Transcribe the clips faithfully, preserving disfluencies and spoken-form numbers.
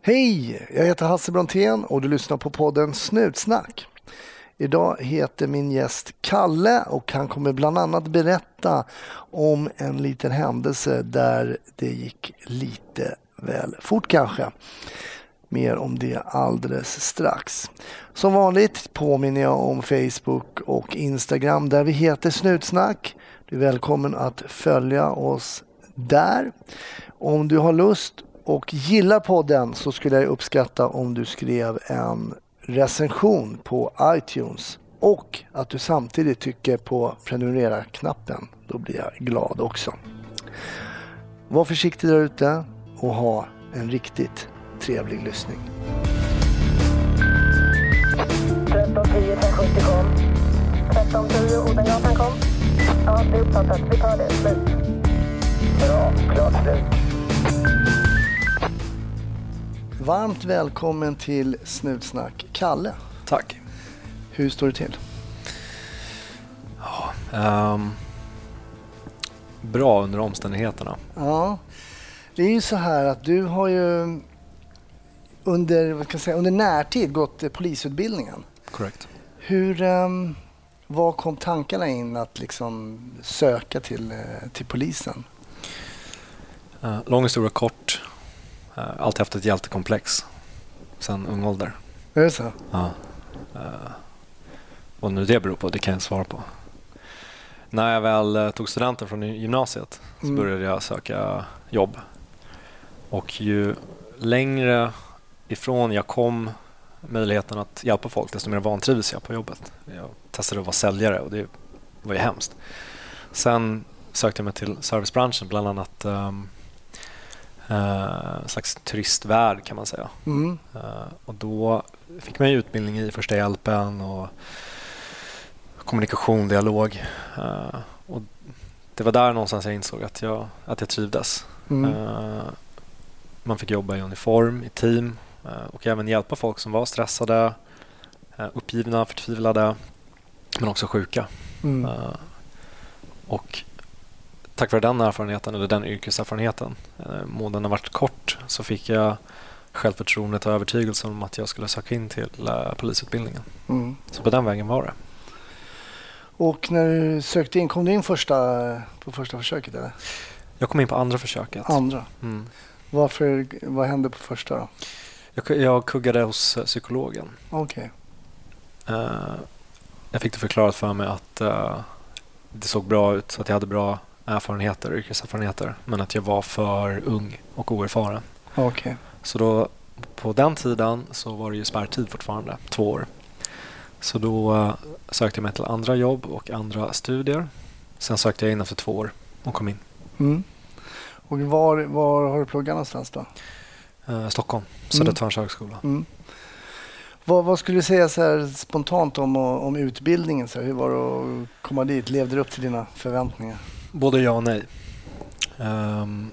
Hej, jag heter Hasse Brontén och du lyssnar på podden Snutsnack. Idag heter min gäst Kalle och han kommer bland annat berätta om en liten händelse där det gick lite väl fort kanske. Mer om det alldeles strax. Som vanligt påminner jag om Facebook och Instagram där vi heter Snutsnack. Du är välkommen att följa oss där. Om du har lust och gillar podden så skulle jag uppskatta om du skrev en recension på iTunes och att du samtidigt trycker på prenumerera-knappen. Då blir jag glad också. Var försiktig där ute och ha en riktigt trevlig lyssning. tretton tio femhundrasjuttio kom. tretton tio Odengatan kom. Ja, det är uppfattat. Vi tar det. Slut. Bra. Klart slut. Varmt välkommen till Snutsnack, Kalle. Tack. Hur står det till? Ja, um, bra under omständigheterna. Ja, det är ju så här att du har ju under, vad ska jag säga, under närtid gått polisutbildningen. Korrekt. Hur, um, var kom tankarna in att liksom söka till, till polisen? Uh, lång historia kort. Uh, alltid haft ett hjältekomplex sen ung ålder. Är det så? Ja. Uh, och nu det beror på, det kan jag svara på. När jag väl uh, tog studenten från gymnasiet så Mm. började jag söka jobb. Och ju längre ifrån jag kom möjligheten att hjälpa folk, desto mer vantrivs jag på jobbet. Jag testade att vara säljare och det var ju hemskt. Sen sökte jag mig till servicebranschen, bland annat um, uh, en slags turistvärld kan man säga. Mm. Uh, och då fick man ju utbildning i första hjälpen och kommunikation, dialog. Uh, och det var där någonstans jag insåg att jag, att jag trivdes. Mm. Uh, man fick jobba i uniform, i team uh, och även hjälpa folk som var stressade, uh, uppgivna, förtvivlade, men också sjuka. Mm. Uh, och tack vare den erfarenheten, eller den yrkeserfarenheten, uh, må den har varit kort, så fick jag självförtroendet och övertygelsen om att jag skulle söka in till uh, polisutbildningen. Mm. Så på den vägen var det. Och när du sökte in, kom du in första, på första försöket eller? Jag kom in på andra försöket. Andra? Mm. Varför, vad hände på första då? Jag, jag kuggade hos uh, psykologen. Okej. Uh, jag fick det förklarat för mig att uh, det såg bra ut, så att jag hade bra erfarenheter, yrkeserfarenheter, men att jag var för ung och oerfaren. Okej. Så då, på den tiden så var det ju spärrtid fortfarande, två år. Så då uh, sökte jag mig till andra jobb och andra studier. Sen sökte jag in efter två år och kom in. Mm. Och var, var har du pluggat någonstans då? Uh, Stockholm, Södertörns mm. högskola. Mm. Vad, vad skulle du säga så här spontant om, om utbildningen? Så här, hur var det att komma dit? Levde du upp till dina förväntningar? Både ja och nej. Um,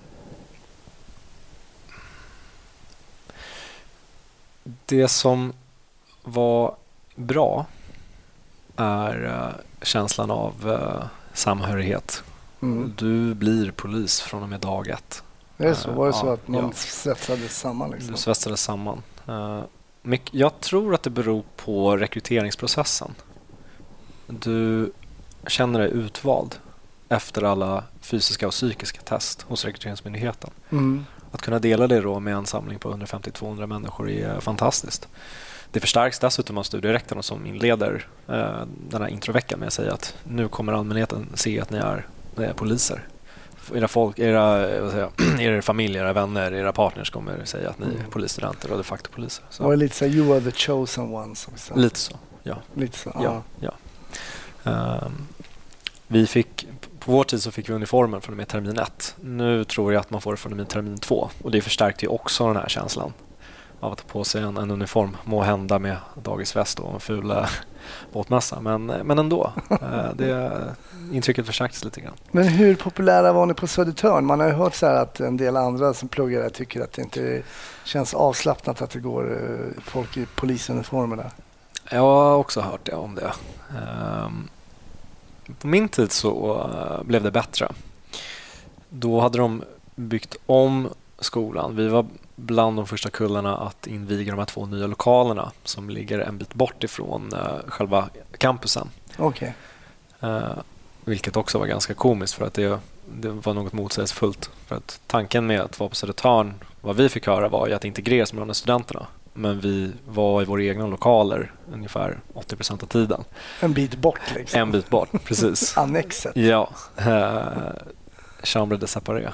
det som var bra är uh, känslan av uh, samhörighet. Mm. Du blir polis från och med dag ett. Är det så? Var det uh, så ja, att man ja. svetsades samman? Liksom? Du svetsades samman. Uh, mycket, jag tror att det beror på rekryteringsprocessen. Du känner dig utvald efter alla fysiska och psykiska test hos rekryteringsmyndigheten. Mm. Att kunna dela det då med en samling på hundrafemtio till tvåhundra människor är fantastiskt. Det förstärks dessutom av studierektorn som inleder eh, den här introveckan med att säga att nu kommer allmänheten se att ni är, ni är poliser. Era, folk, era, vad säger jag, era familj, era vänner, era partners kommer säga att ni är polisstudenter och de facto poliser. Så. Och lite så här, you are the chosen ones också. Lite så, ja. Lite så, ja, ja. Um, vi fick, på vår tid så fick vi uniformen från och med termin ett. Nu tror jag att man får det från och med termin två. Och det förstärkte ju också den här känslan av att ta på sig en, en uniform. Må hända med dagisväst och en ful äh, båtmassa. Men, men ändå, äh, det, intrycket förstärktes lite grann. Men hur populära var ni på Södertörn? Man har ju hört så här att en del andra som pluggar där tycker att det inte känns avslappnat att det går uh, folk i polisuniformer där. Jag har också hört det om det. Um, på min tid så uh, blev det bättre. Då hade de byggt om skolan. Vi var bland de första kullarna att inviga de här två nya lokalerna som ligger en bit bort ifrån uh, själva campusen. Okej. Okay. Uh, vilket också var ganska komiskt för att det, det var något motsägelsefullt. För att tanken med att vara på Södertörn, vad vi fick höra var ju att integreras med de studenterna. Men vi var i våra egna lokaler ungefär åttio procent av tiden. En bit bort liksom. En bit bort, precis. Annexet. Ja. Uh, chambre de séparé.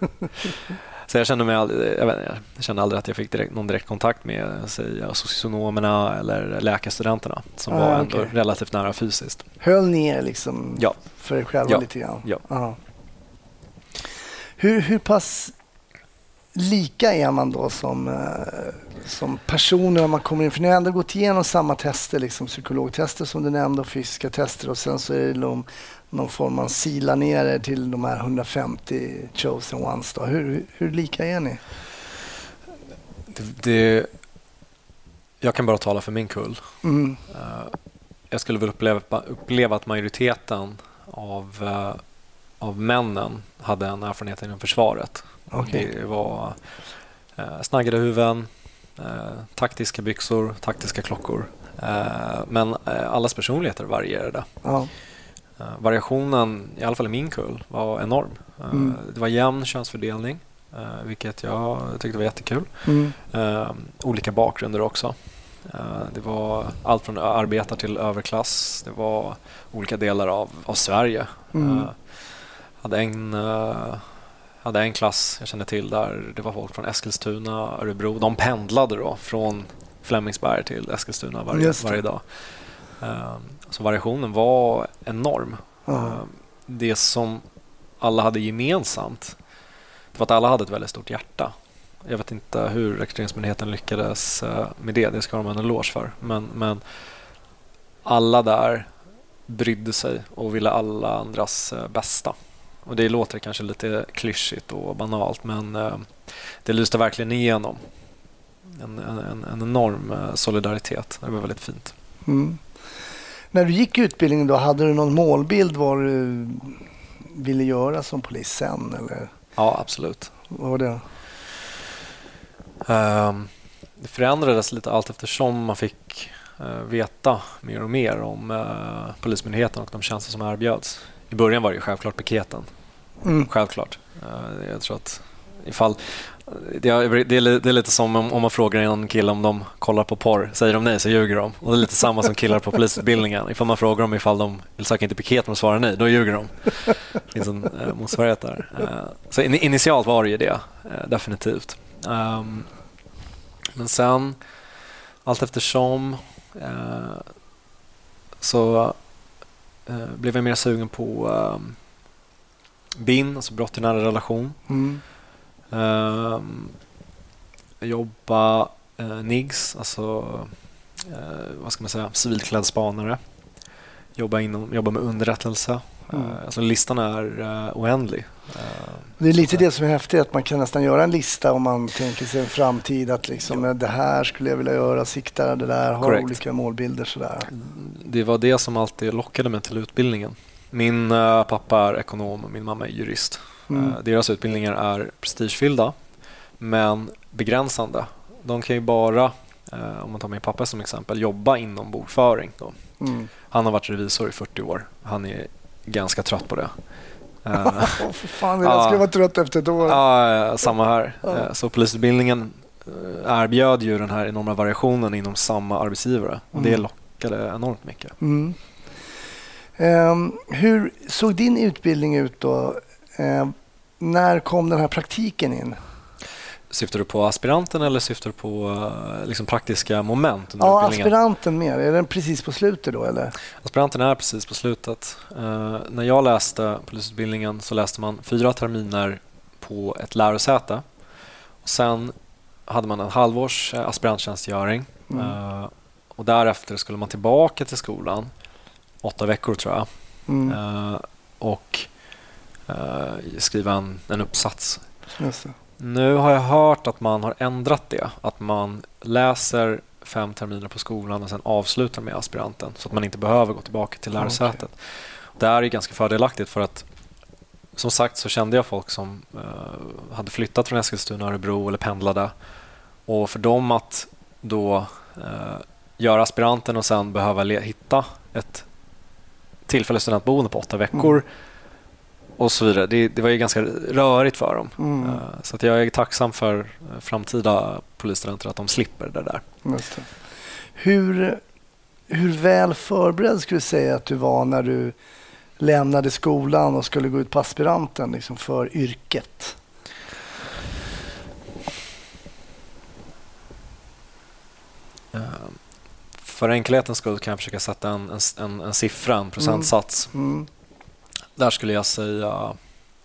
Så jag kände, mig aldrig, jag, vet, jag kände aldrig att jag fick direkt, någon direkt kontakt med säg, socionomerna eller läkarstudenterna som ah, var ändå okay. relativt nära fysiskt. Höll ni er liksom ja. för er själva ja. lite grann? Ja. Aha. Hur, hur pass lika är man då som, eh, som personer när man kommer in? För ni har ändå gått igenom samma tester, liksom psykologtester som du nämnde och fysiska tester och sen så är det någon, någon form man silar ner er till de här hundrafemtio chosen ones då. Hur, hur lika är ni? Det, det, jag kan bara tala för min kull. Mm. Uh, jag skulle väl uppleva, uppleva att majoriteten av, uh, av männen hade en erfarenhet inom försvaret. Okay. Det var uh, snaggade huvuden, uh, taktiska byxor, taktiska klockor. Uh, men uh, allas personligheter varierade. Ja. Uh, variationen, i alla fall i min kull, var enorm. Uh, mm. Det var jämn könsfördelning, uh, vilket jag tyckte var jättekul. Mm. Uh, olika bakgrunder också. Uh, det var allt från arbetar till överklass. Det var olika delar av, av Sverige. Mm. Uh, hade en... Uh, hade en klass jag kände till där det var folk från Eskilstuna, Örebro. De pendlade då från Flemingsberg till Eskilstuna varje, varje dag. Uh, så variationen var enorm. Uh-huh. Uh, det som alla hade gemensamt det var att alla hade ett väldigt stort hjärta. Jag vet inte hur rekryteringsmyndigheten lyckades uh, med det. Det ska de ha en eloge för. Men, men alla där brydde sig och ville alla andras uh, bästa. Och det låter kanske lite klyschigt och banalt, men uh, det lyste verkligen igenom. En, en, en enorm uh, solidaritet. Det var väldigt fint. Mm. När du gick utbildningen då, hade du någon målbild vad du ville göra som polis sen? Eller? Ja, absolut. Vad var det? Uh, det förändrades lite allt eftersom man fick uh, veta mer och mer om uh, polismyndigheten och de tjänster som erbjöds. I början var det ju självklart piketen. Mm. Självklart. Uh, jag tror att ifall det är, det, är, det är lite som om, om man frågar en kille om de kollar på porr. Säger de nej så ljuger de. Och det är lite samma som killar på polisutbildningen. Ifall man frågar dem ifall de vill söka in till piket och svarar nej, då ljuger de. Det finns en uh, motsvarighet där. Uh, så in, initialt var det ju det. Uh, definitivt. Um, men sen allt eftersom uh, så uh, blev jag mer sugen på uh, B I N, alltså brott i nära relation. Mm. Uh, jobba uh, N I G S, alltså uh, vad ska man säga, civilklädd spanare. Jobba, inom, jobba med underrättelse. Mm. Uh, alltså listan är uh, oändlig. Uh, det är lite det som är häftigt, att man kan nästan göra en lista om man tänker sig en framtid, att liksom, ja. Det här skulle jag vilja göra, sikta det där, ha Correct. Olika målbilder sådär. Det var det som alltid lockade mig till utbildningen. Min uh, pappa är ekonom och min mamma är jurist. Mm. Uh, deras utbildningar är prestigefyllda men begränsande. De kan ju bara, uh, om man tar min pappa som exempel, jobba inom bokföring. Då. Mm. Han har varit revisor i fyrtio år. Han är ganska trött på det. Uh, oh, för fan, jag skulle uh, vara trött efter ett år. Uh, samma här. Uh, så polisutbildningen erbjöd ju den här enorma variationen inom samma arbetsgivare. Och mm. det lockade enormt mycket. Mm. Um, hur såg din utbildning ut då? Uh, när kom den här praktiken in? Syftar du på aspiranten eller syftar du på uh, liksom praktiska moment under ja, utbildningen? Aspiranten mer. Är den precis på slutet då? Eller? Aspiranten är precis på slutet. Uh, när jag läste polisutbildningen så läste man fyra terminer på ett lärosäte. Och sen hade man en halvårs uh, aspiranttjänstgöring. Mm. Uh, och därefter skulle man tillbaka till skolan. Åtta veckor tror jag. Mm. Uh, och uh, skriva en, en uppsats. Just det. Nu har jag hört att man har ändrat det. Att man läser fem terminer på skolan och sen avslutar med aspiranten. Så att man inte behöver gå tillbaka till lärosätet. Okay. Det är ju ganska fördelaktigt för att som sagt så kände jag folk som uh, hade flyttat från Eskilstuna, Örebro eller pendlade. Och för dem att då uh, göra aspiranten och sen behöva le- hitta ett tillfälligt studentboende på åtta veckor mm. och så vidare. Det, det var ju ganska rörigt för dem. Mm. Uh, så att jag är tacksam för framtida polisstudenter att de slipper det där. Just det. Hur, hur väl förberedd skulle du säga att du var när du lämnade skolan och skulle gå ut på aspiranten liksom för yrket? Uh, för enkelhetens skull kan jag försöka sätta en, en, en siffra, en procentsats. Mm. Mm. Där skulle jag säga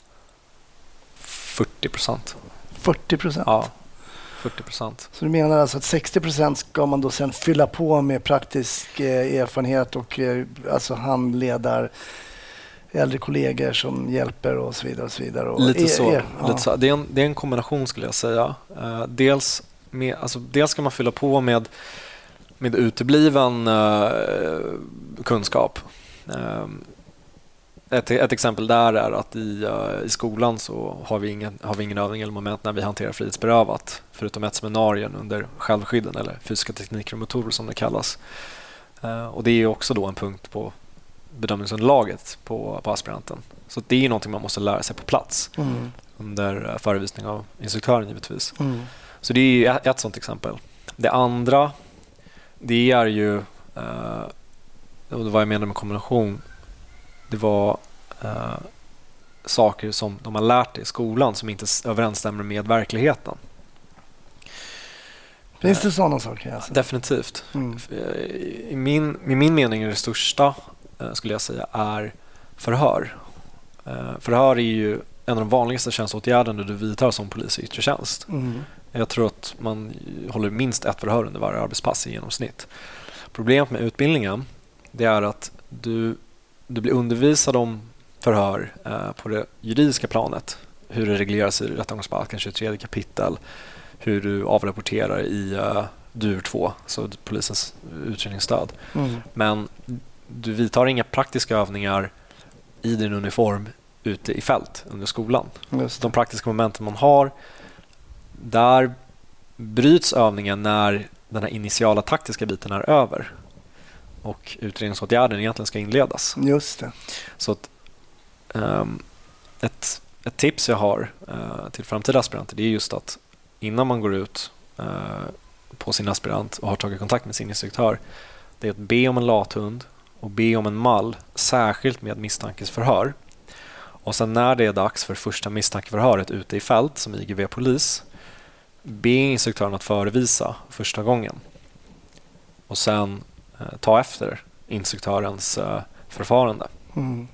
fyrtio procent. fyrtio procent? Ja, fyrtio procent. Så du menar alltså att sextio procent ska man då sen fylla på med praktisk eh, erfarenhet och eh, alltså handledar äldre kollegor som hjälper och så vidare och så vidare. Och lite er, så. Er, ja. Lite så. Det, är en, det är en kombination skulle jag säga. Uh, dels, med, alltså, dels ska man fylla på med, med utebliven uh, kunskap. Uh, ett, ett exempel där är att i, uh, i skolan så har vi, ingen, har vi ingen övning eller moment när vi hanterar frihetsberövat förutom ett seminarium under självskydden eller fysiska tekniker och motorer som det kallas. Uh, och det är också då en punkt på bedömningsunderlaget på, på aspiranten. Så det är någonting man måste lära sig på plats mm. under förevisning av instruktören givetvis. Mm. Så det är ett, ett sådant exempel. Det andra, det är ju uh, och vad jag menar med kombination, det var uh, saker som de har lärt sig i skolan som inte överensstämmer med verkligheten. Finns det sådana saker? Alltså? Definitivt. Mm. I, min, I min mening är det största skulle jag säga är förhör. Förhör är ju en av de vanligaste tjänståtgärderna du vidtar som polis i yttre tjänst. Mm. Jag tror att man håller minst ett förhör under varje arbetspass i genomsnitt. Problemet med utbildningen, det är att du, du blir undervisad om förhör eh, på det juridiska planet. Hur det regleras i rättegångsbalken tjugotredje kapitel. Hur du avrapporterar i uh, D U R två, så polisens utredningsstöd. Mm. Men du vidtar inga praktiska övningar i din uniform ute i fält under skolan. Just. De praktiska momenten man har, där bryts övningen när den här initiala taktiska biten är över och utredningsåtgärden egentligen ska inledas. Just det. Så att, um, ett, ett tips jag har uh, till framtida aspiranter, det är just att innan man går ut uh, på sin aspirant och har tagit kontakt med sin instruktör, det är att be om en lathund och be om en mall, särskilt med misstankesförhör. Och sen när det är dags för första misstankeförhöret ute i fält som I G V-polis, be instruktören att förevisa första gången. Och sen eh, ta efter instruktörens eh, förfarande. Mm.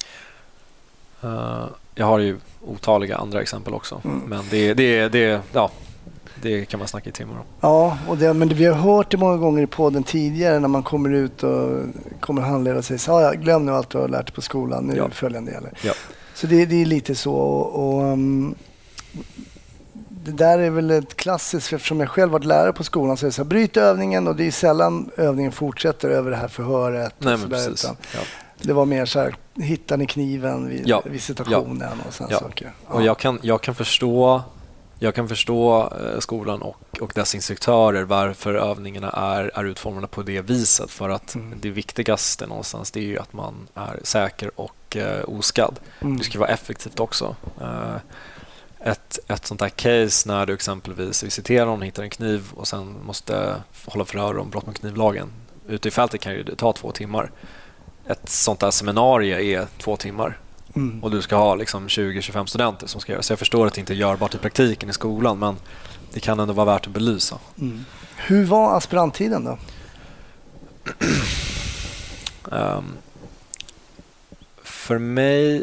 Uh, jag har ju otaliga andra exempel också. Mm. Men det, det, det, ja, det kan man snacka i timmar om. Ja, och det, men det, vi har hört det många gånger i podden tidigare när man kommer ut och kommer handleda sig. Så, ja, glöm nu allt du har lärt dig på skolan. Nu ja. Följande gäller. Ja. Så det, det är lite så. Och, och, um, det där är väl ett klassiskt, eftersom jag själv varit lärare på skolan så är det så här, bryt övningen och det är sällan övningen fortsätter över det här förhöret. Nej, och men precis. Utan, ja. Det var mer så här, hittar ni kniven vid ja. visitationen ja. och sådana ja. saker. Ja. Och jag kan, jag kan förstå, jag kan förstå eh, skolan och, och dess instruktörer varför övningarna är, är utformade på det viset. För att mm. det viktigaste någonstans, det är ju att man är säker och eh, oskadd. Mm. Det ska vara effektivt också. Eh, ett, ett sånt här case när du exempelvis visiterar någon, hittar en kniv och sen måste hålla förhör om brott mot knivlagen. Ute i fältet kan ju det ta två timmar. Ett sånt där seminarium är två timmar. Mm. Och du ska ha liksom tjugo till tjugofem studenter som ska göra. Så jag förstår att det inte är görbart i praktiken i skolan, men det kan ändå vara värt att belysa. Mm. Hur var aspiranttiden då? um, för mig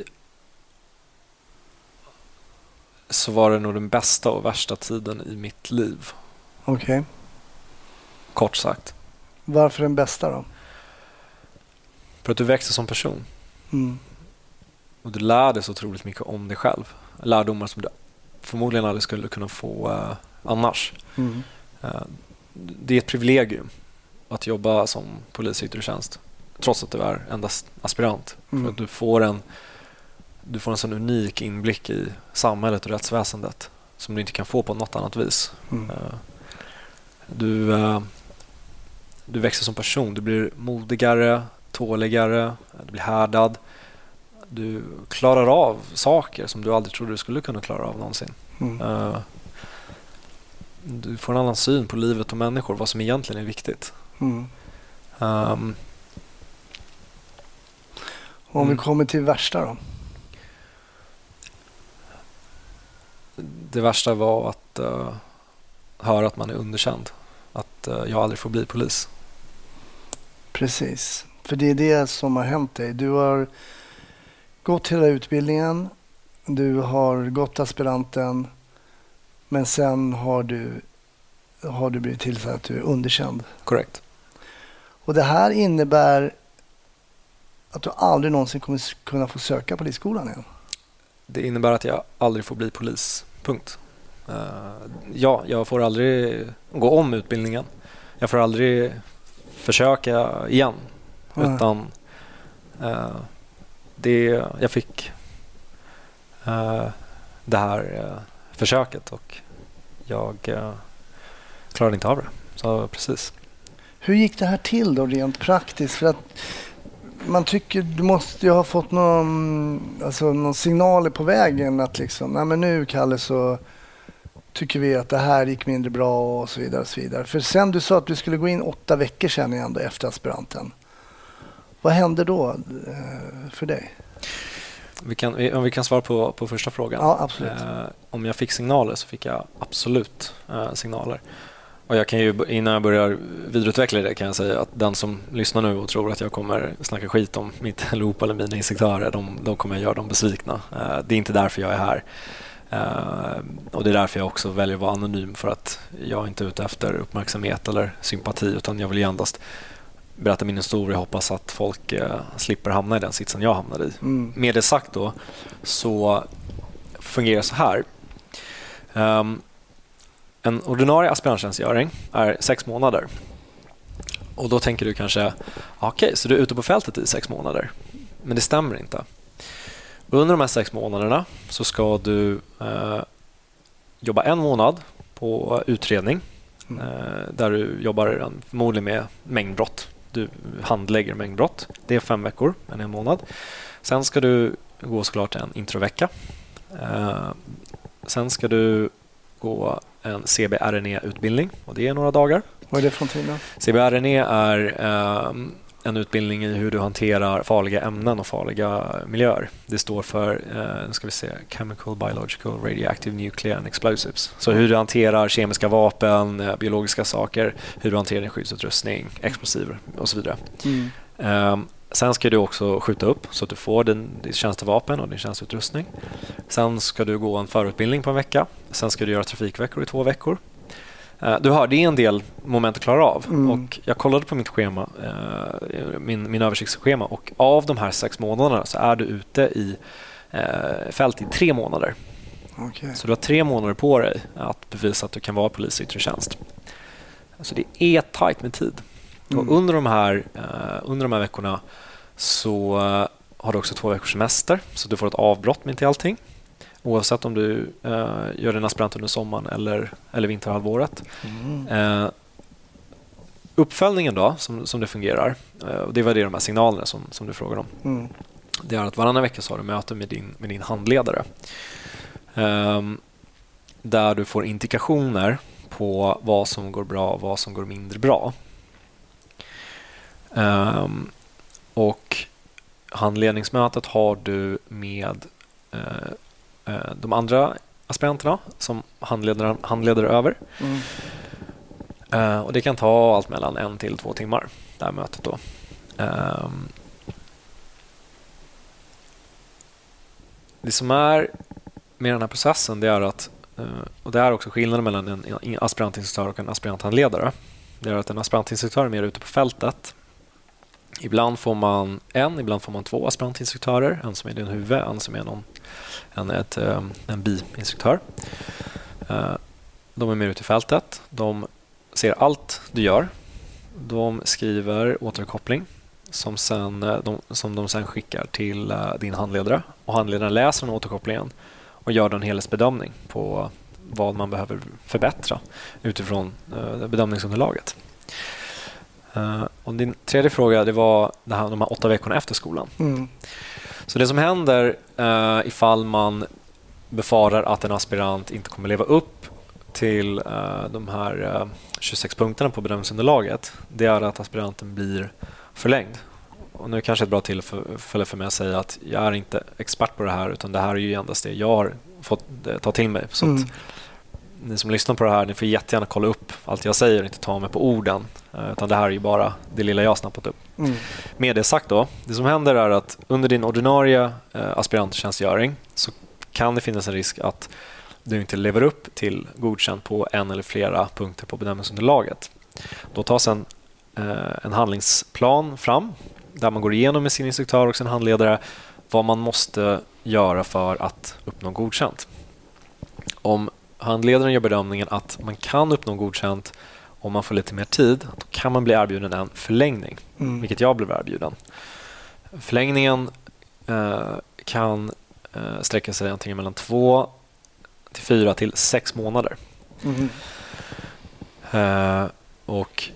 så var det nog den bästa och värsta tiden i mitt liv. Okej. Okay. Kort sagt. Varför den bästa då? För att du växer som person. Mm. Och du lär dig så otroligt mycket om dig själv. Lärdomar som du förmodligen aldrig skulle kunna få uh, annars. Mm. Uh, det är ett privilegium att jobba som polis i yttre tjänst. Trots att du är endast aspirant. Mm. För att du får en, du får en sån unik inblick i samhället och rättsväsendet som du inte kan få på något annat vis. Mm. Du, du växer som person. Du blir modigare, tåligare, du blir härdad. Du klarar av saker som du aldrig trodde du skulle kunna klara av någonsin. Mm. Du får en annan syn på livet och människor, vad som egentligen är viktigt. Mm. Um, Om mm. vi kommer till värsta då? Det värsta var att uh, höra att man är underkänd. Att uh, jag aldrig får bli polis. Precis. För det är det som har hänt dig. Du har gått hela utbildningen. Du har gått aspiranten. Men sen har du, har du blivit tillsagd att du är underkänd. Korrekt. Och det här innebär att du aldrig någonsin kommer kunna få söka polisskolan igen. Det innebär att jag aldrig får bli polis. Punkt. Uh, ja, jag får aldrig gå om utbildningen. Jag får aldrig försöka igen. Mm. Utan uh, det, jag fick uh, det här uh, försöket och jag uh, klarade inte av det. Så precis. Hur gick det här till då rent praktiskt? För att man tycker du måste ju ha fått någon, alltså någon signaler på vägen att liksom, nej men nu Kalle så tycker vi att det här gick mindre bra och så vidare och så vidare. För sen du sa att du skulle gå in åtta veckor sedan igen då efter aspiranten. Vad hände då eh, för dig? Vi kan, om vi kan svara på, på första frågan. Ja, absolut. Eh, om jag fick signaler så fick jag absolut eh, signaler. Och jag kan ju, innan jag börjar vidareutveckla det kan jag säga att den som lyssnar nu och tror att jag kommer snacka skit om mitt loop eller mina instruktörer, de, de kommer göra dem besvikna. Eh, det är inte därför jag är här. Eh, och det är därför jag också väljer att vara anonym, för att jag är inte ute efter uppmärksamhet eller sympati, utan jag vill endast berätta min historia och hoppas att folk eh, slipper hamna i den sitsen jag hamnade i. Mm. Med det sagt då så fungerar det så här. Um, En ordinarie aspiranttjänstgöring är sex månader. Och då tänker du kanske, okej, okay, så du är ute på fältet i sex månader. Men det stämmer inte. Under de här sex månaderna så ska du eh, jobba en månad på utredning. Mm. Eh, där du jobbar förmodligen med mängdbrott. Du handlägger mängdbrott. Det är fem veckor, en, en månad. Sen ska du gå såklart en introvecka. Eh, sen ska du gå en C B R N E-utbildning och det är några dagar. Vad är det för någonting då? C B R N E är eh, en utbildning i hur du hanterar farliga ämnen och farliga miljöer. Det står för eh, ska vi se, Chemical, Biological, Radioactive, Nuclear and Explosives. Så hur du hanterar kemiska vapen, eh, biologiska saker, hur du hanterar din skyddsutrustning, explosiver och så vidare. Mm. Eh, Sen ska du också skjuta upp så att du får din, din tjänstevapen och din tjänsteutrustning. Sen ska du gå en förutbildning på en vecka. Sen ska du göra trafikveckor i två veckor. Uh, du har, det är en del moment att klara av. Mm. Och jag kollade på mitt schema, uh, min, min översiktsschema, och av de här sex månaderna så är du ute i uh, fält i tre månader. Okay. Så du har tre månader på dig att bevisa att du kan vara polis i yttre tjänst. Så det är tajt med tid. Mm. Och under de här uh, under de här veckorna så uh, har du också två veckors semester, så du får ett avbrott mitt i allting, oavsett om du uh, gör din aspirant under sommaren eller, eller vinterhalvåret. Mm. Uh, uppföljningen då, som, som det fungerar, uh, och det var det de här signalerna som, som du frågar om. Mm. Det är att varannan vecka så har du möte med din, med din handledare. Um, där du får indikationer på vad som går bra och vad som går mindre bra. Um, och handledningsmötet har du med uh, uh, de andra aspiranterna som handleder, handleder över. Mm. Uh, och det kan ta allt mellan en till två timmar, det här mötet då. Um, det som är med den här processen, det är att, uh, och det är också skillnaden mellan en aspirantinstruktör och en aspiranthandledare. Det är att en aspirantinstruktör är mer ute på fältet. Ibland får man en, ibland får man två aspirantinstruktörer. En som är din huvud, en som är någon, en, ett, en biinstruktör. De är mer ute i fältet. De ser allt du gör. De skriver återkoppling som, sen, de, som de sen skickar till din handledare. Och handledaren läser den återkopplingen och gör en helhetsbedömning på vad man behöver förbättra utifrån uh, bedömningsunderlaget. Uh, och din tredje fråga, det var det här, de här åtta veckorna efter skolan. Mm. Så det som händer uh, ifall man befarar att en aspirant inte kommer leva upp till uh, de här uh, tjugosex punkterna på bedömningsunderlaget, det är att aspiranten blir förlängd. Och nu kanske ett bra tillfälle för mig att säga att jag är inte expert på det här, utan det här är ju endast det jag har fått ta till mig. Så mm. att ni som lyssnar på det här, ni får jättegärna kolla upp allt jag säger och inte ta mig på orden, utan det här är ju bara det lilla jag har snappat upp. Mm. Med det sagt då, det som händer är att under din ordinarie eh, aspiranttjänstgöring så kan det finnas en risk att du inte lever upp till godkänt på en eller flera punkter på bedömningsunderlaget. Då tas en, eh, en handlingsplan fram där man går igenom med sin instruktör och sin handledare vad man måste göra för att uppnå godkänt. Om handledaren gör bedömningen att man kan uppnå godkänt om man får lite mer tid, då kan man bli erbjuden en förlängning, mm. vilket jag blev erbjuden. Förlängningen eh, kan eh, sträcka sig antingen mellan två till fyra till sex månader. Mm. Eh, och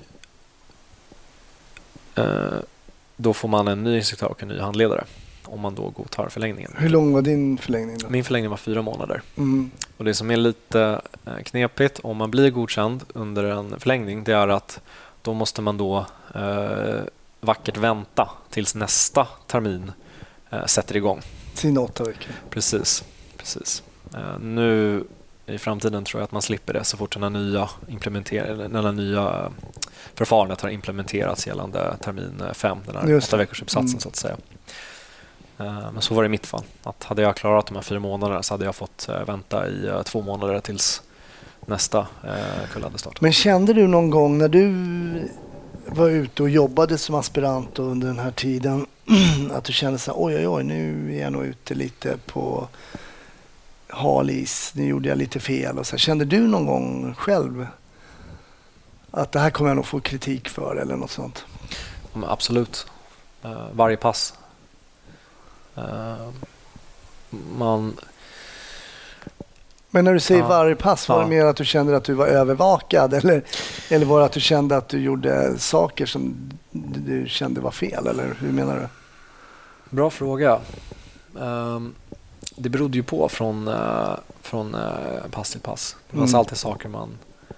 eh, då får man en ny instruktör och en ny handledare om man då godtar förlängningen. Hur lång var din förlängning då? Min förlängning var fyra månader. Mm. Och det som är lite knepigt om man blir godkänd under en förlängning, det är att då måste man då eh, vackert vänta tills nästa termin eh, sätter igång. Sina åtta veckor. Precis. precis. Eh, nu i framtiden tror jag att man slipper det så fort den nya, implementer- den nya förfarandet har implementerats gällande termin fem, den här åtta veckors uppsatsen mm. så att säga. Men så var det i mitt fall. Att hade jag klarat de här fyra månaderna så hade jag fått vänta i två månader tills nästa kull hade startat. Men kände du någon gång när du var ute och jobbade som aspirant under den här tiden att du kände så här, oj, oj, oj, nu är jag nog ute lite på halis, nu gjorde jag lite fel. Och så här, kände du någon gång själv att det här kommer jag nog få kritik för eller något sånt? Ja, absolut. Uh, varje pass. Uh, man... Men när du säger ja. varje pass, var ja. det mer att du kände att du var övervakad eller, eller var det att du kände att du gjorde saker som du kände var fel? Eller hur menar du? Bra fråga. Um, det berodde ju på från, uh, från uh, pass till pass. Det fanns mm. alltid saker man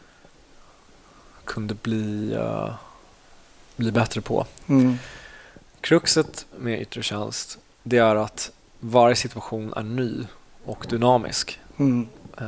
kunde bli, uh, bli bättre på. Mm. Kruxet med yttre tjänst, det är att varje situation är ny och dynamisk. Mm. Uh,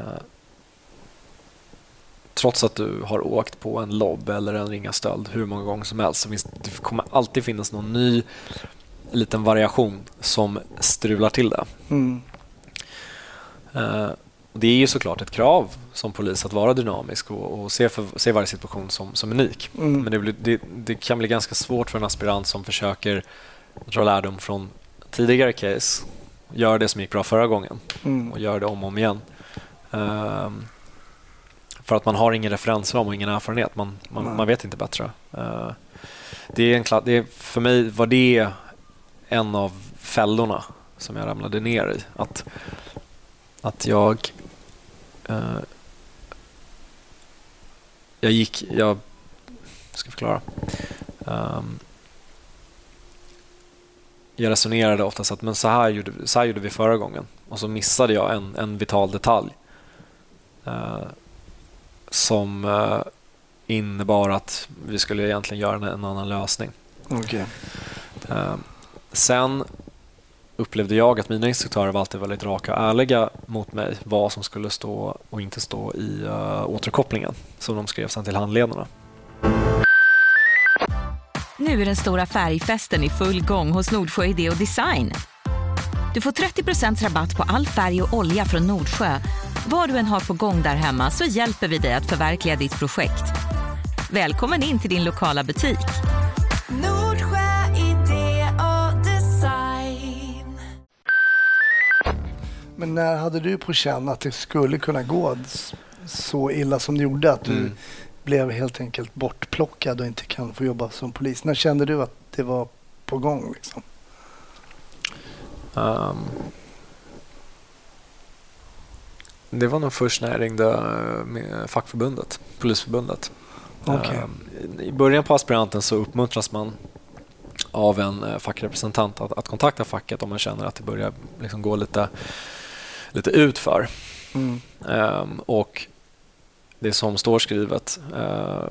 trots att du har åkt på en lobb eller en ringa stöld hur många gånger som helst så finns, det kommer alltid finnas någon ny liten variation som strular till det. Mm. Uh, det är ju såklart ett krav som polis att vara dynamisk och, och se, för, se varje situation som, som unik. Mm. Men det, blir, det, det kan bli ganska svårt för en aspirant som försöker dra lärdom från tidigare case, gör det som gick bra förra gången mm. och gör det om och om igen. Uh, för att man har ingen referensram och ingen erfarenhet. Man, man, mm. man vet inte bättre. Uh, det är en kla- det är, för mig var det en av fällorna som jag ramlade ner i. Att, att jag uh, jag gick jag ska förklara um, jag resonerade oftast att men så här gjorde, så här gjorde vi förra gången och så missade jag en, en vital detalj uh, som uh, innebar att vi skulle egentligen göra en, en annan lösning. Okay. Uh, sen upplevde jag att mina instruktörer var alltid väldigt raka och ärliga mot mig vad som skulle stå och inte stå i uh, återkopplingen som de skrev sen till handledarna. Nu är den stora färgfesten i full gång hos Nordsjö Idé och Design. Du får trettio procent rabatt på all färg och olja från Nordsjö. Vad du än har på gång där hemma så hjälper vi dig att förverkliga ditt projekt. Välkommen in till din lokala butik. Nordsjö Idé och Design. Men när hade du på känn att det skulle kunna gå så illa som det gjorde att du mm. blev helt enkelt bortplockad och inte kan få jobba som polis? När kände du att det var på på gång liksom? Um, det var nog först när jag ringde med fackförbundet, polisförbundet. Okay. Um, I början på aspiranten så uppmuntras man av en fackrepresentant att, att kontakta facket om man känner att det börjar liksom gå lite, lite utför. Mm. Um, och det som står skrivet uh,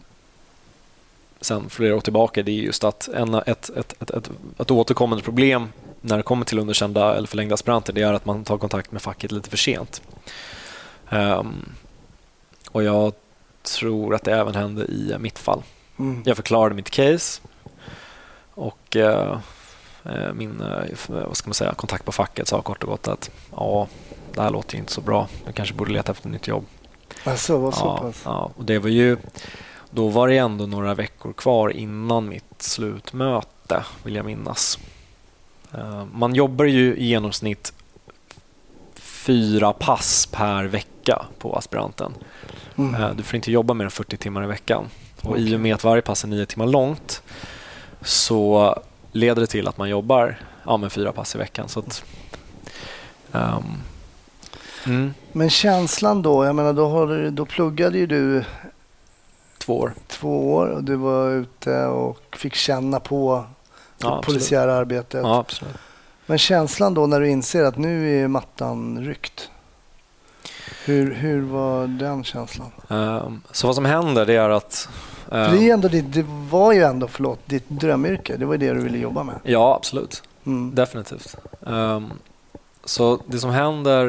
sen flera år tillbaka, det är just att en, ett, ett, ett, ett, ett återkommande problem när det kommer till underkända eller förlängda aspiranter, det är att man tar kontakt med facket lite för sent. Um, och jag tror att det även hände i mitt fall. Mm. Jag förklarade mitt case och uh, min uh, vad ska man säga, kontakt på facket sa kort och gott att ja, det här låter ju inte så bra. Du kanske borde leta efter ett nytt jobb. Alltså, vad så ja, pass? ja, och det var ju, då var det ändå några veckor kvar innan mitt slutmöte, vill jag minnas. Uh, man jobbar ju i genomsnitt fyra pass per vecka på aspiranten. Mm. Uh, du får inte jobba mer än fyrtio timmar i veckan. Och Okay. i och med att varje pass är nio timmar långt så leder det till att man jobbar ja, med fyra pass i veckan. Så att, um, mm, Men känslan då, jag menar då, har du, då pluggade ju du två år. två år och du var ute och fick känna på det Ja, polisiära arbetet. Ja, absolut. Men känslan då när du inser att nu är mattan ryckt. Hur, hur var den känslan? Um, så vad som händer det är att um, För det, är ändå ditt, det var ju ändå, förlåt, ditt drömyrke. Det var det du ville jobba med. ja, absolut. Mm. Definitivt. Um, så det som händer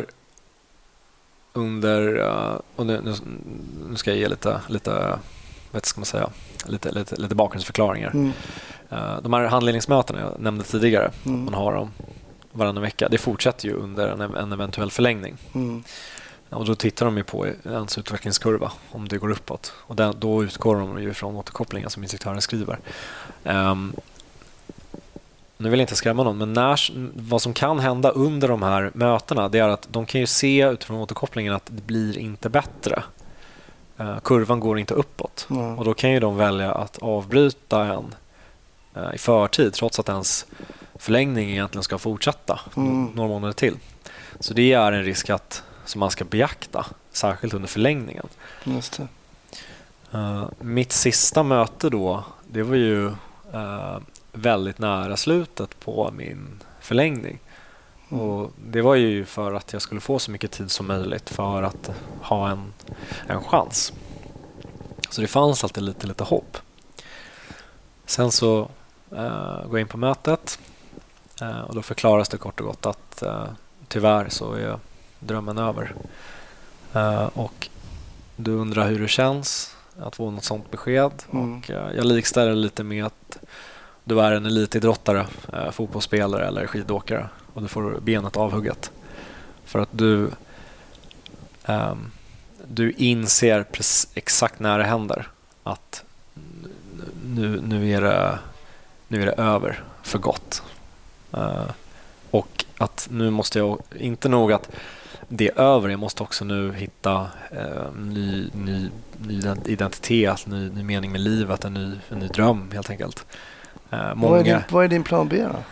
under uh, och nu, nu, nu ska jag ge lite lite vad ska man säga lite lite lite bakgrundsförklaringar. Mm. Uh, de här handledningsmötena jag nämnde tidigare, Mm. man har dem varannan vecka. Det fortsätter ju under en, en eventuell förlängning. Mm. Och då tittar de ju på ens utvecklingskurva om det går uppåt. Och där, då utgår de ju från återkopplingen som instruktören skriver. Um, nu vill jag inte skrämma någon, men när, vad som kan hända under de här mötena det är att de kan ju se utifrån återkopplingen att det blir inte bättre. Uh, kurvan går inte uppåt. Mm. Och då kan ju de välja att avbryta en uh, i förtid trots att ens förlängning egentligen ska fortsätta Mm. några månader till. Så det är en risk att som man ska beakta, särskilt under förlängningen. Just det. Uh, mitt sista möte då, det var ju uh, väldigt nära slutet på min förlängning. Mm. Och det var ju för att jag skulle få så mycket tid som möjligt för att ha en, en chans. Så det fanns alltid lite, lite hopp. Sen så uh, går jag in på mötet uh, och då förklaras det kort och gott att uh, tyvärr så är drömmen över. Uh, och du undrar hur det känns att få något sånt besked. Mm. Och, uh, jag likställer lite med att du är en elitidrottare, uh, fotbollsspelare eller skidåkare och du får benet avhugget. För att du um, du inser precis, exakt när det händer att nu, nu, är, det, nu är det över för gott. Uh, och att nu måste jag inte nog att det är över, jag måste också nu hitta eh, ny, ny, ny identitet, ny, ny mening med livet, en ny, en ny dröm helt enkelt. Eh, många, vad, är din, vad är din plan B då?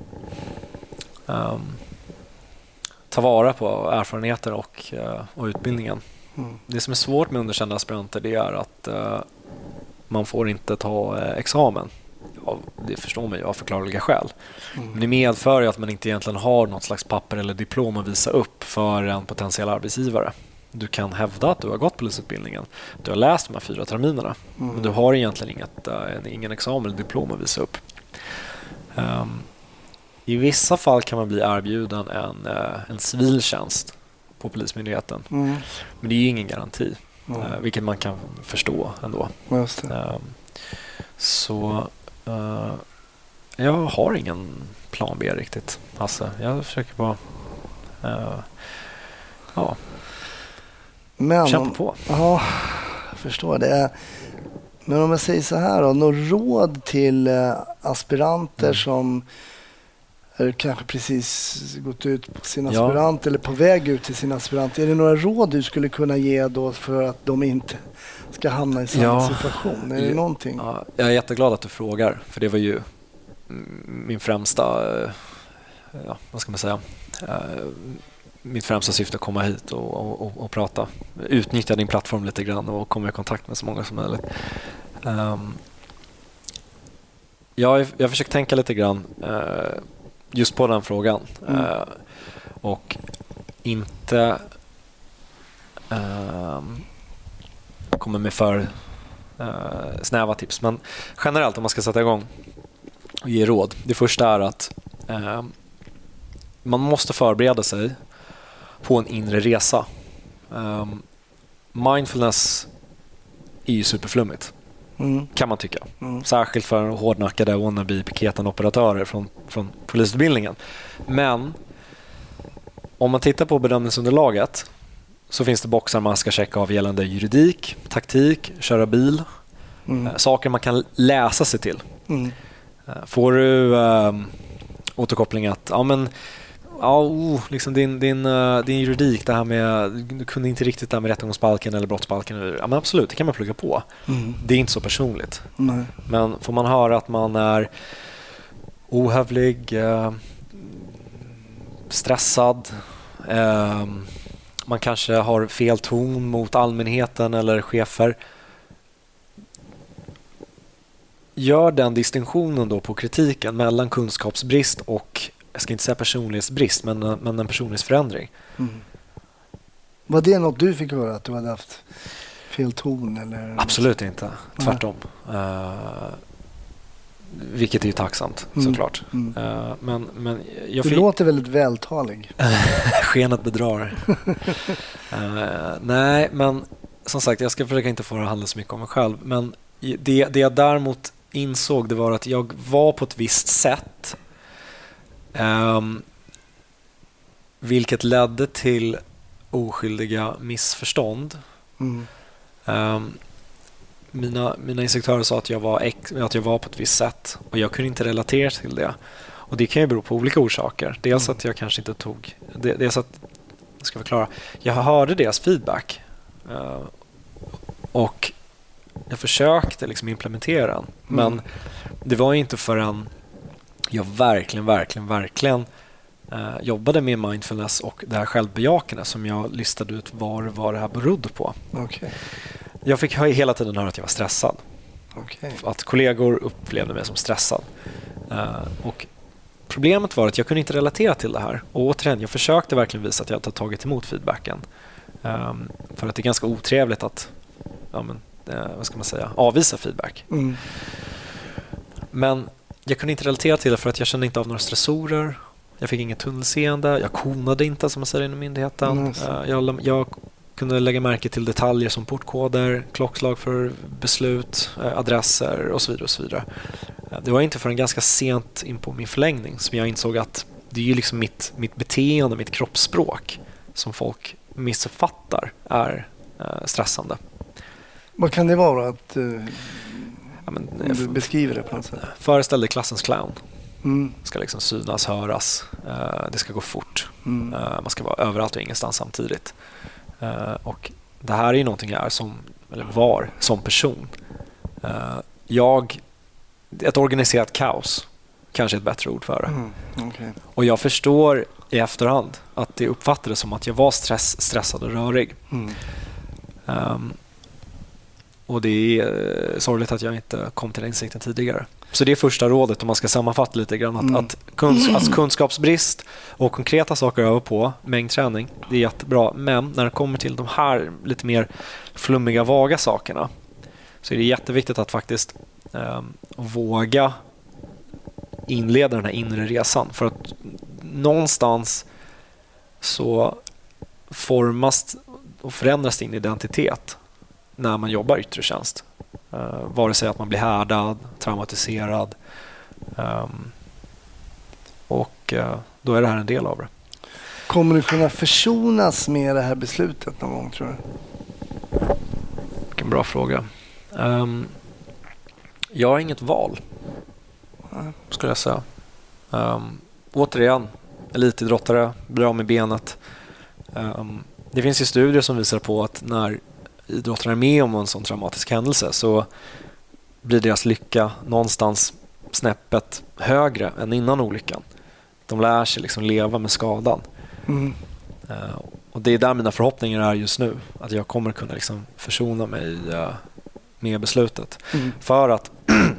Um, ta vara på erfarenheter och, uh, och utbildningen. Mm. Det som är svårt med underkända aspiranter det är att uh, man får inte ta uh, examen. Ja, det förstår man ju av förklarliga skäl. Mm. Men det medför ju att man inte egentligen har något slags papper eller diplom att visa upp för en potentiell arbetsgivare. Du kan hävda att du har gått polisutbildningen. Du har läst de här fyra terminerna. Mm. Men du har egentligen inget, uh, ingen examen eller diplom att visa upp. Um, I vissa fall kan man bli erbjuden en, uh, en civiltjänst på Polismyndigheten. Mm. Men det är ju ingen garanti. Mm. Uh, vilket man kan förstå ändå. Just det. Um, så uh, jag har ingen plan B riktigt. Alltså, jag försöker bara uh, ja, Men kämpa om, på. ja, jag förstår det. Men om jag säger så här då, något råd till eh, aspiranter Mm. som är kanske precis gått ut på sin Ja. aspirant eller på väg ut till sin aspirant. Är det några råd du skulle kunna ge då för att de inte ska hamna i samma Ja. situation? Är det Ja. någonting? Ja, jag är jätteglad att du frågar, för det var ju min främsta, ja, vad ska man säga, mitt främsta syfte att komma hit och, och, och, och prata. Utnyttja din plattform lite grann och komma i kontakt med så många som möjligt. Um, jag, jag försöker tänka lite grann uh, just på den frågan. Mm. Uh, och inte uh, kommer med för uh, snäva tips. Men generellt om man ska sätta igång och ge råd. Det första är att uh, man måste förbereda sig på en inre resa. Um, mindfulness är ju superflummigt. Mm. Kan man tycka. Mm. Särskilt för hårdnackade wannabe-piketan-operatörer från, från polisutbildningen. Men om man tittar på bedömningsunderlaget så finns det boxar man ska checka av gällande juridik, taktik, köra bil. Mm. Äh, saker man kan läsa sig till. Mm. Äh, får du äh, återkoppling att ja, men Ja, oh, liksom din, din, uh, din juridik, det här med, du kunde inte riktigt det här med rättegångsbalken eller brottsbalken. Ja, men absolut, det kan man plugga på. Mm. Det är inte så personligt. Nej. Men får man höra att man är ohövlig, uh, stressad, uh, man kanske har fel ton mot allmänheten eller chefer. Gör den distinktionen då på kritiken mellan kunskapsbrist och, jag ska inte säga personlighetsbrist, men, men en personlighetsförändring. Mm. Var det något du fick höra, att du hade haft fel ton? Eller absolut inte, tvärtom. Uh, vilket är ju tacksamt, mm. såklart. Mm. Uh, men, men jag du fick... låter väldigt vältalig. Skenet bedrar. uh, nej, men som sagt, jag ska försöka inte få det handla så mycket om mig själv. Men det, det jag däremot insåg, det var att jag var på ett visst sätt. Um, vilket ledde till oskyldiga missförstånd. Mm. Um, mina, mina instruktörer sa att jag, var ex, att jag var på ett visst sätt och jag kunde inte relatera till det. Och det kan ju bero på olika orsaker. Dels mm. att jag kanske inte tog... Dels att, jag ska förklara, jag hörde deras feedback uh, och jag försökte liksom implementera den. Mm. Men det var inte förrän jag verkligen, verkligen, verkligen eh, jobbade med mindfulness och det här självbejakande som jag listade ut var, var det här berodde på. Okay. Jag fick hela tiden höra att jag var stressad. Okay. Att kollegor upplevde mig som stressad. Eh, och problemet var att jag kunde inte relatera till det här. Och återigen, jag försökte verkligen visa att jag hade tagit emot feedbacken. Eh, för att det är ganska otrevligt att ja, men, eh, vad ska man säga, avvisa feedback. Mm. Men jag kunde inte relatera till det för att jag kände inte av några stressorer. Jag fick inget tunnelseende. Jag konade inte, som man säger inom myndigheten. Mm, jag, jag kunde lägga märke till detaljer som portkoder, klockslag för beslut, adresser och så vidare. Och så vidare. Det var inte förrän ganska sent in på min förlängning som jag insåg att det är ju liksom mitt, mitt beteende, mitt kroppsspråk som folk missuppfattar är stressande. Vad kan det vara att... Uh... Ja, men, om du beskriver det på något sätt. Föreställ dig klassens clown. Mm. Ska liksom synas, höras. Uh, det ska gå fort. Mm. Uh, man ska vara överallt och ingenstans samtidigt. Uh, och det här är ju någonting jag är som, eller var som person. Uh, jag, ett organiserat kaos, kanske ett bättre ord för det. Mm. Okay. Och jag förstår i efterhand att det uppfattades som att jag var stress, stressad och rörig. Mm. Um, Och det är sorgligt att jag inte kom till den insikten tidigare. Så det är första rådet om man ska sammanfatta lite grann. Att, mm. att, kunsk- att kunskapsbrist och konkreta saker över på, mängdträning, det är jättebra. Men när det kommer till de här lite mer flummiga, vaga sakerna så är det jätteviktigt att faktiskt eh, våga inleda den här inre resan. För att någonstans så formas och förändras din identitet när man jobbar yttre tjänst. Uh, vare sig att man blir härdad, traumatiserad. Um, och uh, då är det här en del av det. Kommer du kunna försonas med det här beslutet någon gång, tror du? Vilken bra fråga. Um, jag har inget val, skulle jag säga. Um, återigen, elitidrottare, bra med benet. Um, det finns ju studier som visar på att när idrottare är med om en sån traumatisk händelse så blir deras lycka någonstans snäppet högre än innan olyckan. De lär sig liksom leva med skadan. Mm. Uh, och det är där mina förhoppningar är just nu. Att jag kommer kunna liksom försona mig uh, med beslutet. Mm. För att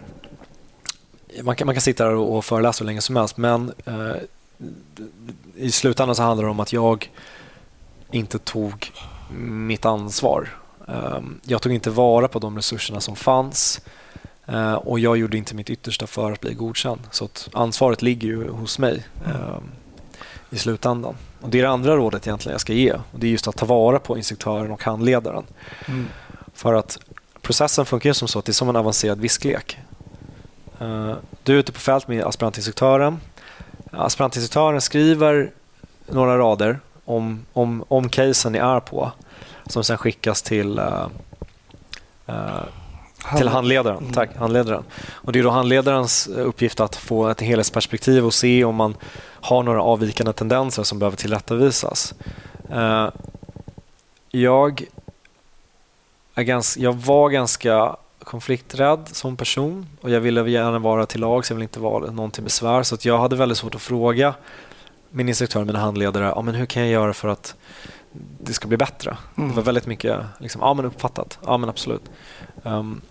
man kan, man kan sitta där och, och föreläsa så länge som helst, men uh, i slutändan så handlar det om att jag inte tog mitt ansvar. Uh, jag tog inte vara på de resurserna som fanns. Uh, och jag gjorde inte mitt yttersta för att bli godkänd. Så att ansvaret ligger ju hos mig uh, i slutändan. Och det är det andra rådet egentligen jag ska ge. Och det är just att ta vara på instruktören och handledaren. Mm. För att processen funkar som så att det är som en avancerad visklek. Uh, du är ute på fält med aspirantinstruktören. Aspirantinstruktören skriver några rader om, om, om casen ni är på, som sen skickas till uh, uh, till handledaren. Mm. Tack, handledaren. Och det är då handledarens uppgift att få ett helhetsperspektiv och se om man har några avvikande tendenser som behöver tillrättavisas. Uh, jag, är ganska, jag var ganska konflikträdd som person och jag ville gärna vara till lag, så jag ville inte vara någon till besvär. Så att jag hade väldigt svårt att fråga min instruktör och mina handledare, ja, men hur kan jag göra för att det ska bli bättre? Mm. Det var väldigt mycket liksom, ja men uppfattat, ja men absolut. Um,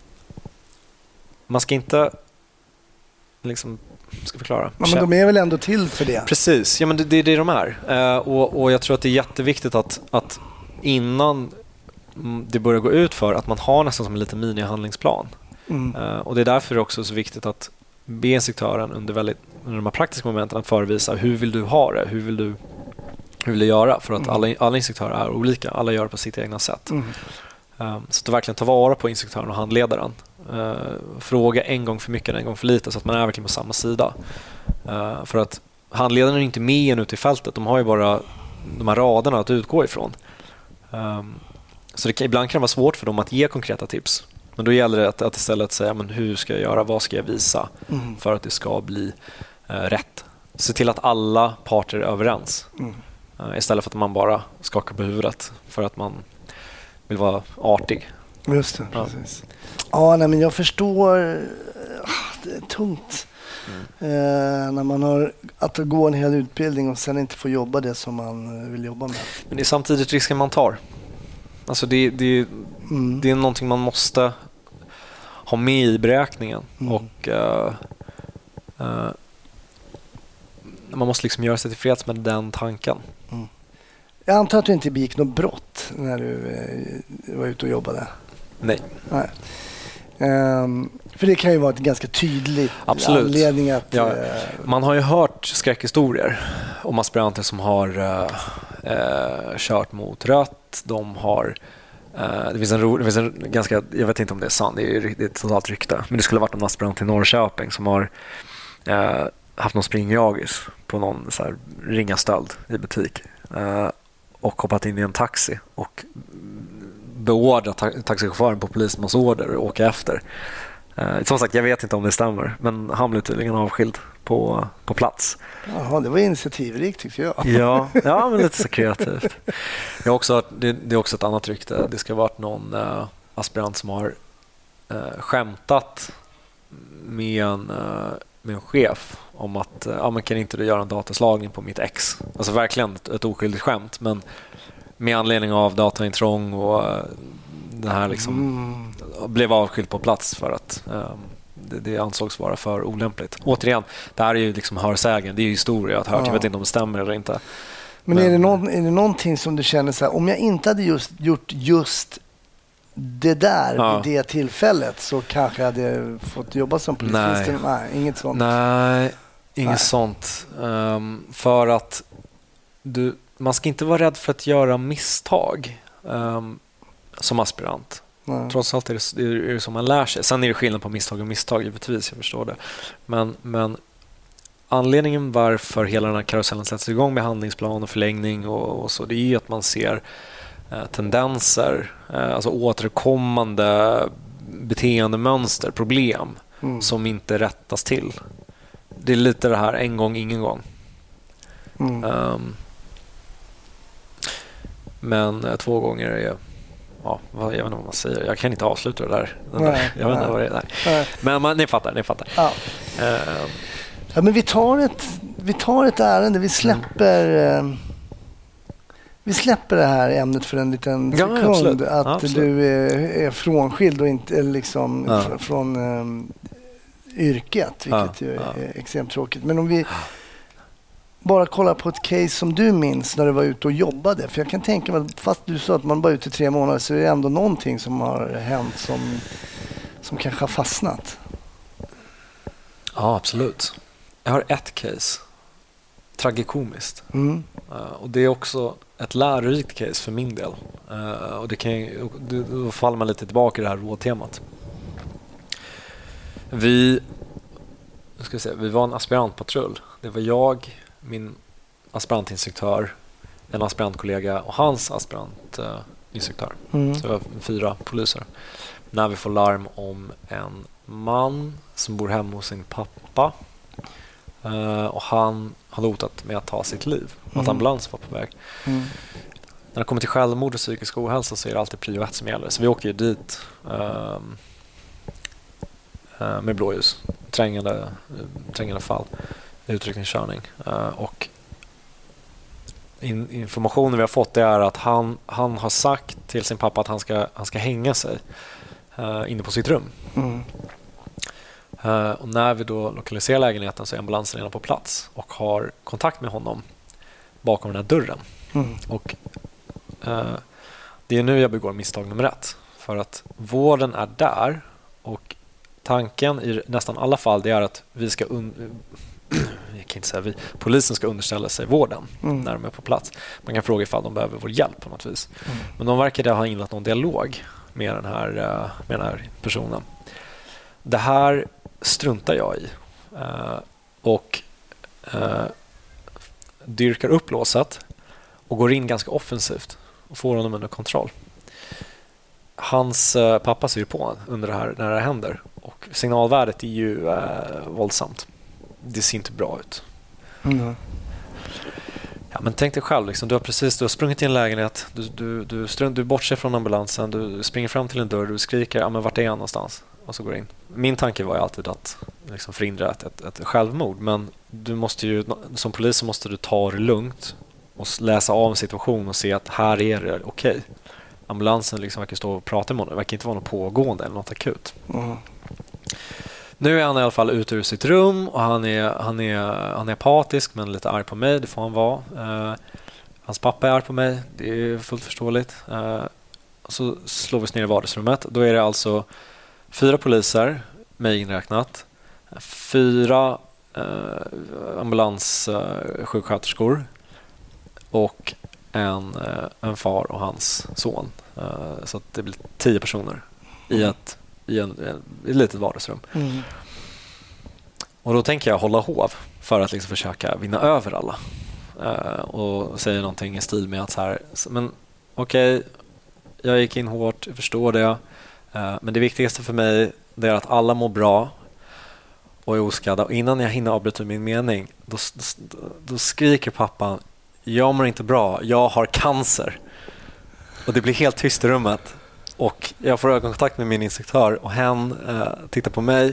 man ska inte liksom, ska förklara. Ja, men de är väl ändå till för det? Precis, ja men det, det är det de är. Uh, och, och jag tror att det är jätteviktigt att, att innan det börjar gå ut för att man har nästan som en liten mini-handlingsplan. Mm. Uh, och det är därför det också är så viktigt att be instruktören under, väldigt, under de här praktiska momenten att förevisa hur vill du ha det, hur vill du, hur vill du göra, för att mm. alla, alla instruktörer är olika, alla gör det på sitt egna sätt. Mm. Um, så att verkligen ta vara på instruktören och handledaren. Uh, fråga en gång för mycket, en gång för lite, så att man är verkligen på samma sida. Uh, för att handledaren är inte med en ute i fältet, de har ju bara de här raderna att utgå ifrån. Um, så det kan, ibland kan det vara svårt för dem att ge konkreta tips. Men då gäller det att, att istället säga, men hur ska jag göra, vad ska jag visa mm. för att det ska bli uh, rätt. Se till att alla parter är överens. Mm. Uh, istället för att man bara skakar på huvudet för att man vill vara artig. Just det, ja. Precis. Ja, nej, men jag förstår. Det är tungt. Mm. Eh, när man har att gå en hel utbildning och sen inte få jobba det som man vill jobba med. Men det är samtidigt risken man tar. Alltså det, det, mm. det är någonting man måste ha med i beräkningen. Mm. Och uh, uh, man måste liksom göra sig tillfreds med den tanken. Mm. Jag antar att du inte begick något brott när du eh, var ute och jobbade? Nej. Nej. Um, för det kan ju vara ett ganska tydligt Absolut. Anledning att... Ja, uh, man har ju hört skräckhistorier om aspiranter som har uh, uh, kört mot rött. De har... Uh, det finns en, ro, det finns en ganska... Jag vet inte om det är sant, det är, det är ett totalt rykte. Men det skulle ha varit en aspirant i Norrköping som har uh, haft någon springjagis på någon så här ringa stöld i butik. Uh, och hoppat in i en taxi och beordrat ta- taxichauffören på polismans order och åka efter. Uh, som sagt, jag vet inte om det stämmer, men han blev tydligen avskild på, på plats. Jaha, det var initiativrikt tycker jag. Ja, ja, men lite så kreativt. Jag har också, det, det är också ett annat rykte. Det ska ha varit någon uh, aspirant som har uh, skämtat med en, uh, med en chef om att uh, ja, men kan inte du göra en dataslagning på mitt ex? Alltså verkligen ett, ett oskyldigt skämt, men med anledning av dataintrång och uh, det här liksom mm. blev avskild på plats för att um, det, det ansågs vara för olämpligt. Återigen, det här är ju liksom hörsägen, det är ju historia att höra. Ja. Jag vet inte om det stämmer eller inte. Men, Men är, det någon, är det någonting som du känner så här, om jag inte hade just gjort just det där ja. vid det tillfället så kanske jag hade fått jobba som polis? Nej, det, nej inget sånt. Nej, inget nej. sånt. Um, för att du, man ska inte vara rädd för att göra misstag um, som aspirant. Nej. Trots allt är det, är det som man lär sig. Sen är det skillnad på misstag och misstag, givetvis, jag förstår det. Men, men anledningen varför hela den här karusellen sätts igång med handlingsplan och förlängning och, och så, det är ju att man ser eh, tendenser, eh, alltså återkommande beteendemönster, problem mm. som inte rättas till. Det är lite det här en gång, ingen gång. Mm. Um, men eh, två gånger är ja, jag vet inte vad man säger. Jag kan inte avsluta det där. Nej, jag vet inte vad det är. Nej. Nej. Men man, ni fattar, ni fattar. Ja. Uh, ja, men vi tar ett, vi tar ett ärende. Vi släpper... Mm. Eh, Vi släpper det här ämnet för en liten ja, sekund. absolut. Att absolut. du är, är frånskild och inte liksom ja. fr- från um, yrket, vilket ja, ju ja. är extremt tråkigt. Men om vi bara kollar på ett case som du minns när du var ute och jobbade. För jag kan tänka mig, fast du sa att man bara är ute i tre månader, så är det ändå någonting som har hänt som, som kanske har fastnat. Ja, absolut. Jag har ett case. Tragikomiskt. Mm. Uh, och det är också ett lärorikt case för min del. Uh, och det kan ju, då faller man lite tillbaka i det här råtemat. Vi, ska vi, säga, vi var en aspirantpatrull. Det var jag, min aspirantinstruktör, en aspirantkollega och hans aspirantinstruktör. Mm. Så vi var fyra poliser. När vi får larm om en man som bor hemma hos sin pappa. Uh, och han har hotat med att ta sitt liv. Mm. Att ambulans var på väg. Mm. När det kommer till självmord och psykisk ohälsa så är det alltid prio ett som gäller. Så vi åker ju dit uh, uh, med blåljus. Trängande, uh, trängande fall. Utryckningskörning. Uh, och in, informationen vi har fått är att han, han har sagt till sin pappa att han ska, han ska hänga sig uh, inne på sitt rum. Mm. Uh, och när vi då lokaliserar lägenheten så är ambulansen redan på plats och har kontakt med honom bakom den här dörren. Mm. Och uh, det är nu jag begår misstag nummer ett. För att vården är där och tanken i nästan alla fall det är att vi ska un- jag kan inte säga vi, polisen ska underställa sig vården mm. när de är på plats. Man kan fråga ifall de behöver vår hjälp på något vis. Mm. Men de verkar ha inlett någon dialog med den här, uh, med den här personen. Det här struntar jag i uh, och uh, dyrkar upp låset och går in ganska offensivt och får honom under kontroll. Hans uh, pappa ser på under det här när det händer och signalvärdet är ju uh, våldsamt. Det ser inte bra ut. Mm. Ja, men tänk dig själv, liksom, du har precis du har sprungit i en lägenhet, du, du, du, strun- du bortser från ambulansen, du springer fram till en dörr, du skriker, ja men vart är jag någonstans? Och så går in. Min tanke var ju alltid att liksom förhindra ett, ett, ett självmord, men du måste ju, som polis så måste du ta det lugnt och läsa av en situation och se att här är det okej. Okay. Ambulansen liksom verkar stå och prata med honom, det verkar inte vara något pågående eller något akut. Mm. Nu är han i alla fall ute ur sitt rum och han är, han är, han är apatisk men lite arg på mig, det får han vara. Uh, hans pappa är arg på mig, det är fullt förståeligt. Uh, så slår vi oss ner i vardagsrummet. Då är det alltså fyra poliser, mig inräknat, fyra uh, ambulanssjuksköterskor uh, och en, uh, en far och hans son. Uh, så att det blir tio personer i ett i, en, i ett litet vardagsrum. Mm. Och då tänker jag hålla hov för att liksom försöka vinna över alla. Uh, och säga någonting i stil med att så här, men okej, okay, jag gick in hårt, jag förstår det. Uh, men det viktigaste för mig det är att alla mår bra och är oskadda. Och innan jag hinner avbryta min mening, då, då, då skriker pappan, jag mår inte bra, jag har cancer. Och det blir helt tyst i rummet. Och jag får ögonkontakt med min instruktör och hen eh, tittar på mig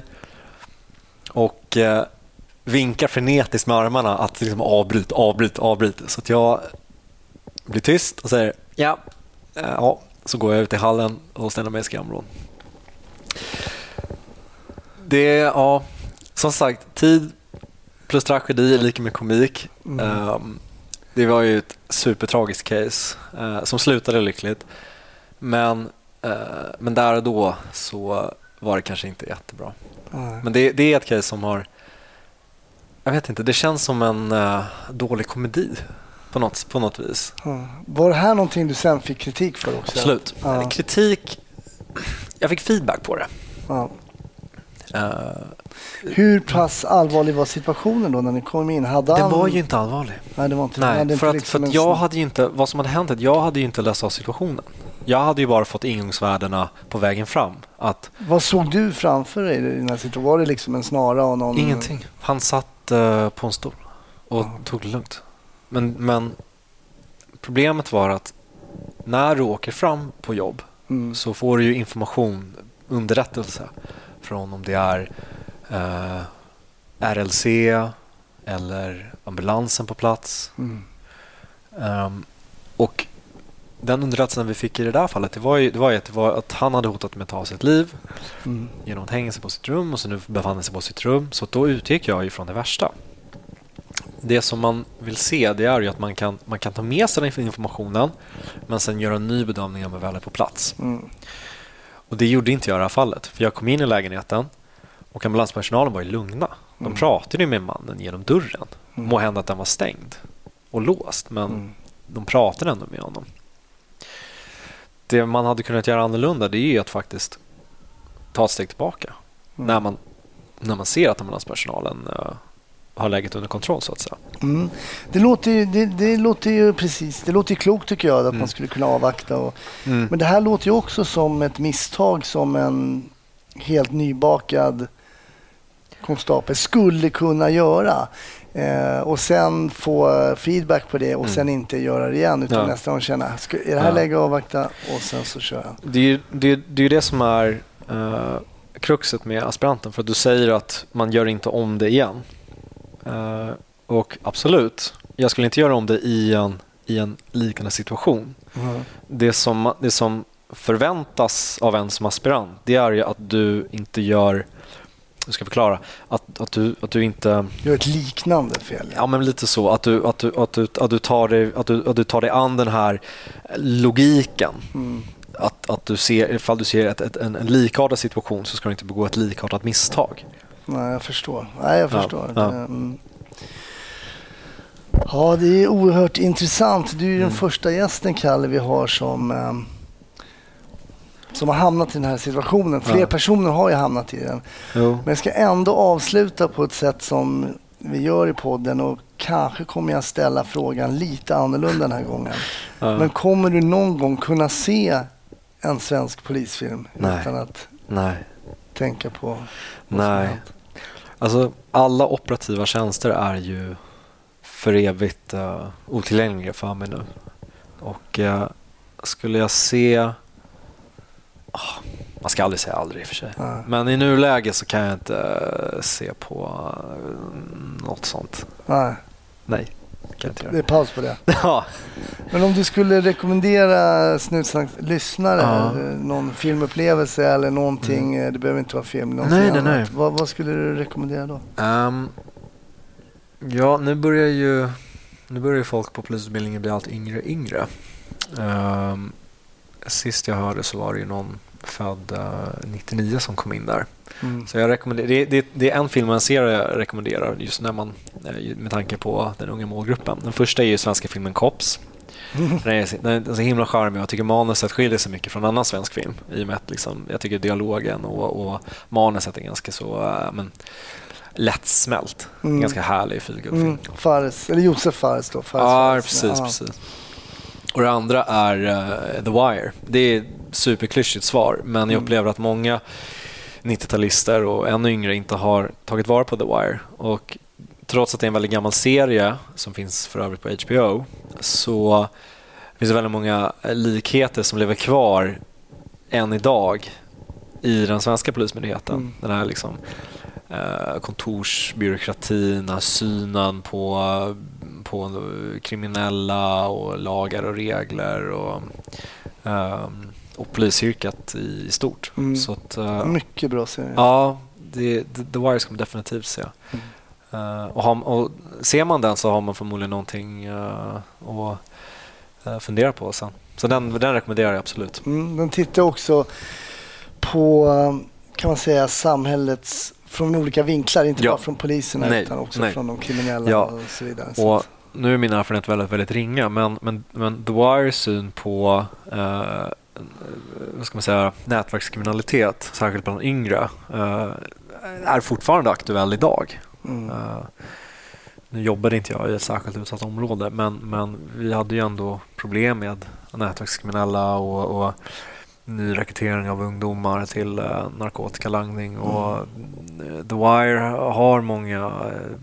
och eh, vinkar frenetiskt med armarna att liksom avbryt, avbryt, avbryt. Så att jag blir tyst och säger ja, eh, ja. Så går jag ut i hallen och ställer mig i skamvrån. Det är, ja, som sagt, tid plus tragedi är lika med komik. Mm. Um, det var ju ett supertragiskt case uh, som slutade lyckligt. Men Men där och då så var det kanske inte jättebra. Mm. Men det, det är ett case som har, jag vet inte, det känns som en uh, dålig komedi på något, på något vis. Mm. Var det här någonting du sen fick kritik för också? Absolut. Mm. Kritik, jag fick feedback på det. Mm. Uh, Hur pass allvarlig var situationen då när ni kom in? Hade den han... var ju inte allvarlig. Nej, det var inte. Nej, inte för att, liksom för att jag hade ju inte, vad som hade hänt, jag hade ju inte läst av situationen. Jag hade ju bara fått ingångsvärdena på vägen fram. Att vad såg du framför dig i den här situationen? Var det liksom en snara och någon... Ingenting. Han satt uh, på en stol och ja. tog det lugnt. Men, men problemet var att när du åker fram på jobb mm. så får du ju information, underrättelse från om det är uh, R L C eller ambulansen på plats. Mm. Um, och den underrättelsen vi fick i det där fallet, det var ju, det var ju att, det var att han hade hotat med att ta sitt liv Mm. genom att hänga sig på sitt rum, och så nu befann han sig på sitt rum. Så då utgick jag ifrån det värsta. Det som man vill se, det är ju att man kan, man kan ta med sig den informationen, men sen göra en ny bedömning när man väl är på plats. Mm. Och det gjorde inte jag i det här fallet. För jag kom in i lägenheten och ambulanspersonalen var ju lugna. De Mm. pratade ju med mannen genom dörren. Mm. Må hända att den var stängd och låst, men Mm. de pratade ändå med honom. Det man hade kunnat göra annorlunda, det är ju att faktiskt ta ett steg tillbaka. Mm. När, man, när man ser att ambulanspersonalen uh, har läget under kontroll, så att säga. Mm. Det, låter ju, det, det låter ju precis, det låter ju klokt tycker jag att Mm. man skulle kunna avvakta. Och, Mm. men det här låter ju också som ett misstag som en helt nybakad konstapel skulle kunna göra. Eh, och sen få feedback på det och Mm. sen inte göra det igen, utan Ja. nästa gång känna, ska, är det här Ja. läge att avvakta, och sen så kör jag. Det är ju det, det, är ju det som är uh, kruxet med aspiranten, för att du säger att man gör inte om det igen. Uh, och absolut, jag skulle inte göra om det i en, i en liknande situation. Mm. Det som, det som förväntas av en som aspirant, det är ju att du inte gör, jag ska förklara, att, att, du, att du inte... Gör ett liknande fel. Ja, men lite så. Att du, att du, att du, att du, tar, dig, att du, att du tar dig an den här logiken. Mm. Att, att du ser, ifall du ser ett, ett, en, en likartad situation, så ska du inte begå ett likartat misstag. Nej, jag förstår. Nej, jag Ja, förstår. ja. Det, mm. Ja, det är oerhört intressant. Du är ju den Mm. första gästen, Kalle, vi har som, eh, som har hamnat i den här situationen. Fler Ja. personer har ju hamnat i den. Jo. Men jag ska ändå avsluta på ett sätt som vi gör i podden, och kanske kommer jag ställa frågan lite annorlunda den här gången. Ja. Men kommer du någon gång kunna se en svensk polisfilm Nej. utan att Nej. tänka på vad som Nej. hänt? Alltså, alla operativa tjänster är ju för evigt uh, otillgängliga för mig nu. Och uh, skulle jag se... Oh, man ska aldrig säga aldrig i och för sig. Nej. Men i nuläget så kan jag inte uh, se på uh, något sånt. Nej, Nej, kan jag inte det göra. är paus på det. Ja. Men om du skulle rekommendera Snutsnacks lyssnare Ja. eh, någon filmupplevelse eller någonting, eh, det behöver inte vara film, någonting Nej, nej, annat. nej. Vad, vad skulle du rekommendera då? Um, ja, nu börjar ju nu börjar ju folk på polisutbildningen bli allt yngre och yngre. Um, sist jag hörde så var det ju någon född uh, nittionio som kom in där. Mm. Så jag rekommenderar, det, det, det är en film och en serie jag rekommenderar just när man, med tanke på den unga målgruppen. Den första är ju svenska filmen Cops. Den är, den är så himla charmig, och jag tycker manuset skiljer sig mycket från annan svensk film. I och med att liksom, jag tycker dialogen och, och manuset är ganska så uh, men, lättsmält. Mm. Ganska härlig feelgood-film. Mm. Fares, eller Josef Fares då. Fares Ja, Fares. precis, Ja. precis. Och det andra är uh, The Wire. Det är ett superklyschigt svar, men jag Mm. upplever att många nittio-talister och ännu yngre inte har tagit vara på The Wire. Och trots att det är en väldigt gammal serie som finns för övrigt på H B O, så finns det väldigt många likheter som lever kvar än idag i den svenska polismyndigheten. Mm. Den här liksom eh, kontorsbyråkratin, den här synen på, på kriminella och lagar och regler och, eh, och polisyrket i stort. Mm. Så att, eh, Mycket bra serie. ja, det, The, The Wire ska man definitivt se. Mm. Uh, och, har, och ser man den så har man förmodligen någonting uh, att uh, fundera på sen. Så den, den rekommenderar jag absolut. Mm, den tittar också på, kan man säga, samhällets från olika vinklar, inte Ja. bara från poliserna Nej, utan också nej. från de kriminella Ja. och så vidare. Så Och att, nu är min erfarenhet väldigt, väldigt ringa, men, men, men The Wires syn på uh, vad ska man säga, nätverkskriminalitet, särskilt bland yngre, uh, är fortfarande aktuell idag. mm. Uh, nu jobbade inte jag i ett särskilt utsatt område, men, men vi hade ju ändå problem med nätverkskriminella och, och nyrekrytering av ungdomar till uh, narkotikalangning. Och uh, The Wire har många uh,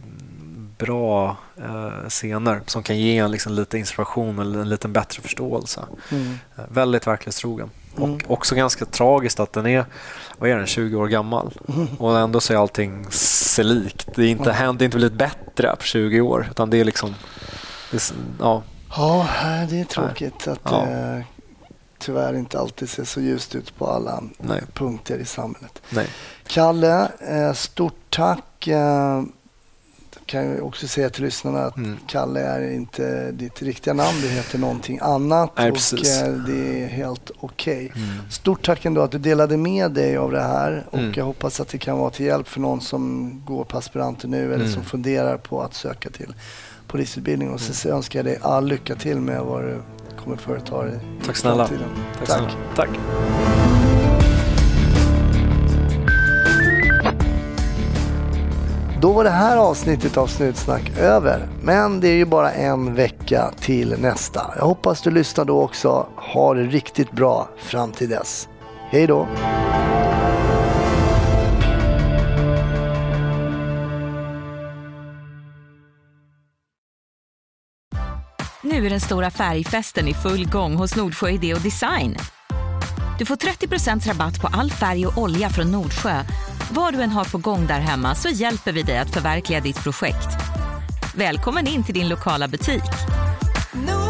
bra uh, scener som kan ge en liksom lite inspiration eller en lite bättre förståelse. Mm. Uh, väldigt verklighetstrogen. Och mm. också ganska tragiskt att den är, vad är den, tjugo år gammal. Mm. Och ändå så är allting sig likt. Det är inte, mm. hänt, det är inte blivit bättre på tjugo år. Utan det är liksom... Det är, ja. ja, det är tråkigt att ja. eh, tyvärr inte alltid ser så ljust ut på alla Nej. punkter i samhället. Nej. Kalle, eh, stort tack. Eh, kan jag också säga till lyssnarna att mm. Kalle är inte ditt riktiga namn, det heter någonting annat. Nej, och precis. det är helt okej. Okay. Mm. Stort tack ändå att du delade med dig av det här och mm. jag hoppas att det kan vara till hjälp för någon som går på aspiranter nu eller mm. som funderar på att söka till polisutbildning. Och så mm. önskar jag dig all lycka till med vad du kommer företa dig i Tack snälla. framtiden. Tack. Tack. Snälla. Tack. Då var det här avsnittet av Snutsnack över. Men det är ju bara en vecka till nästa. Jag hoppas du lyssnar då också. Ha det riktigt bra fram till dess. Hej då! Nu är den stora färgfesten i full gång hos Nordsjö Idé och Design. Du får trettio procent rabatt på all färg och olja från Nordsjö. Vad du än har på gång där hemma så hjälper vi dig att förverkliga ditt projekt. Välkommen in till din lokala butik. Nordsjö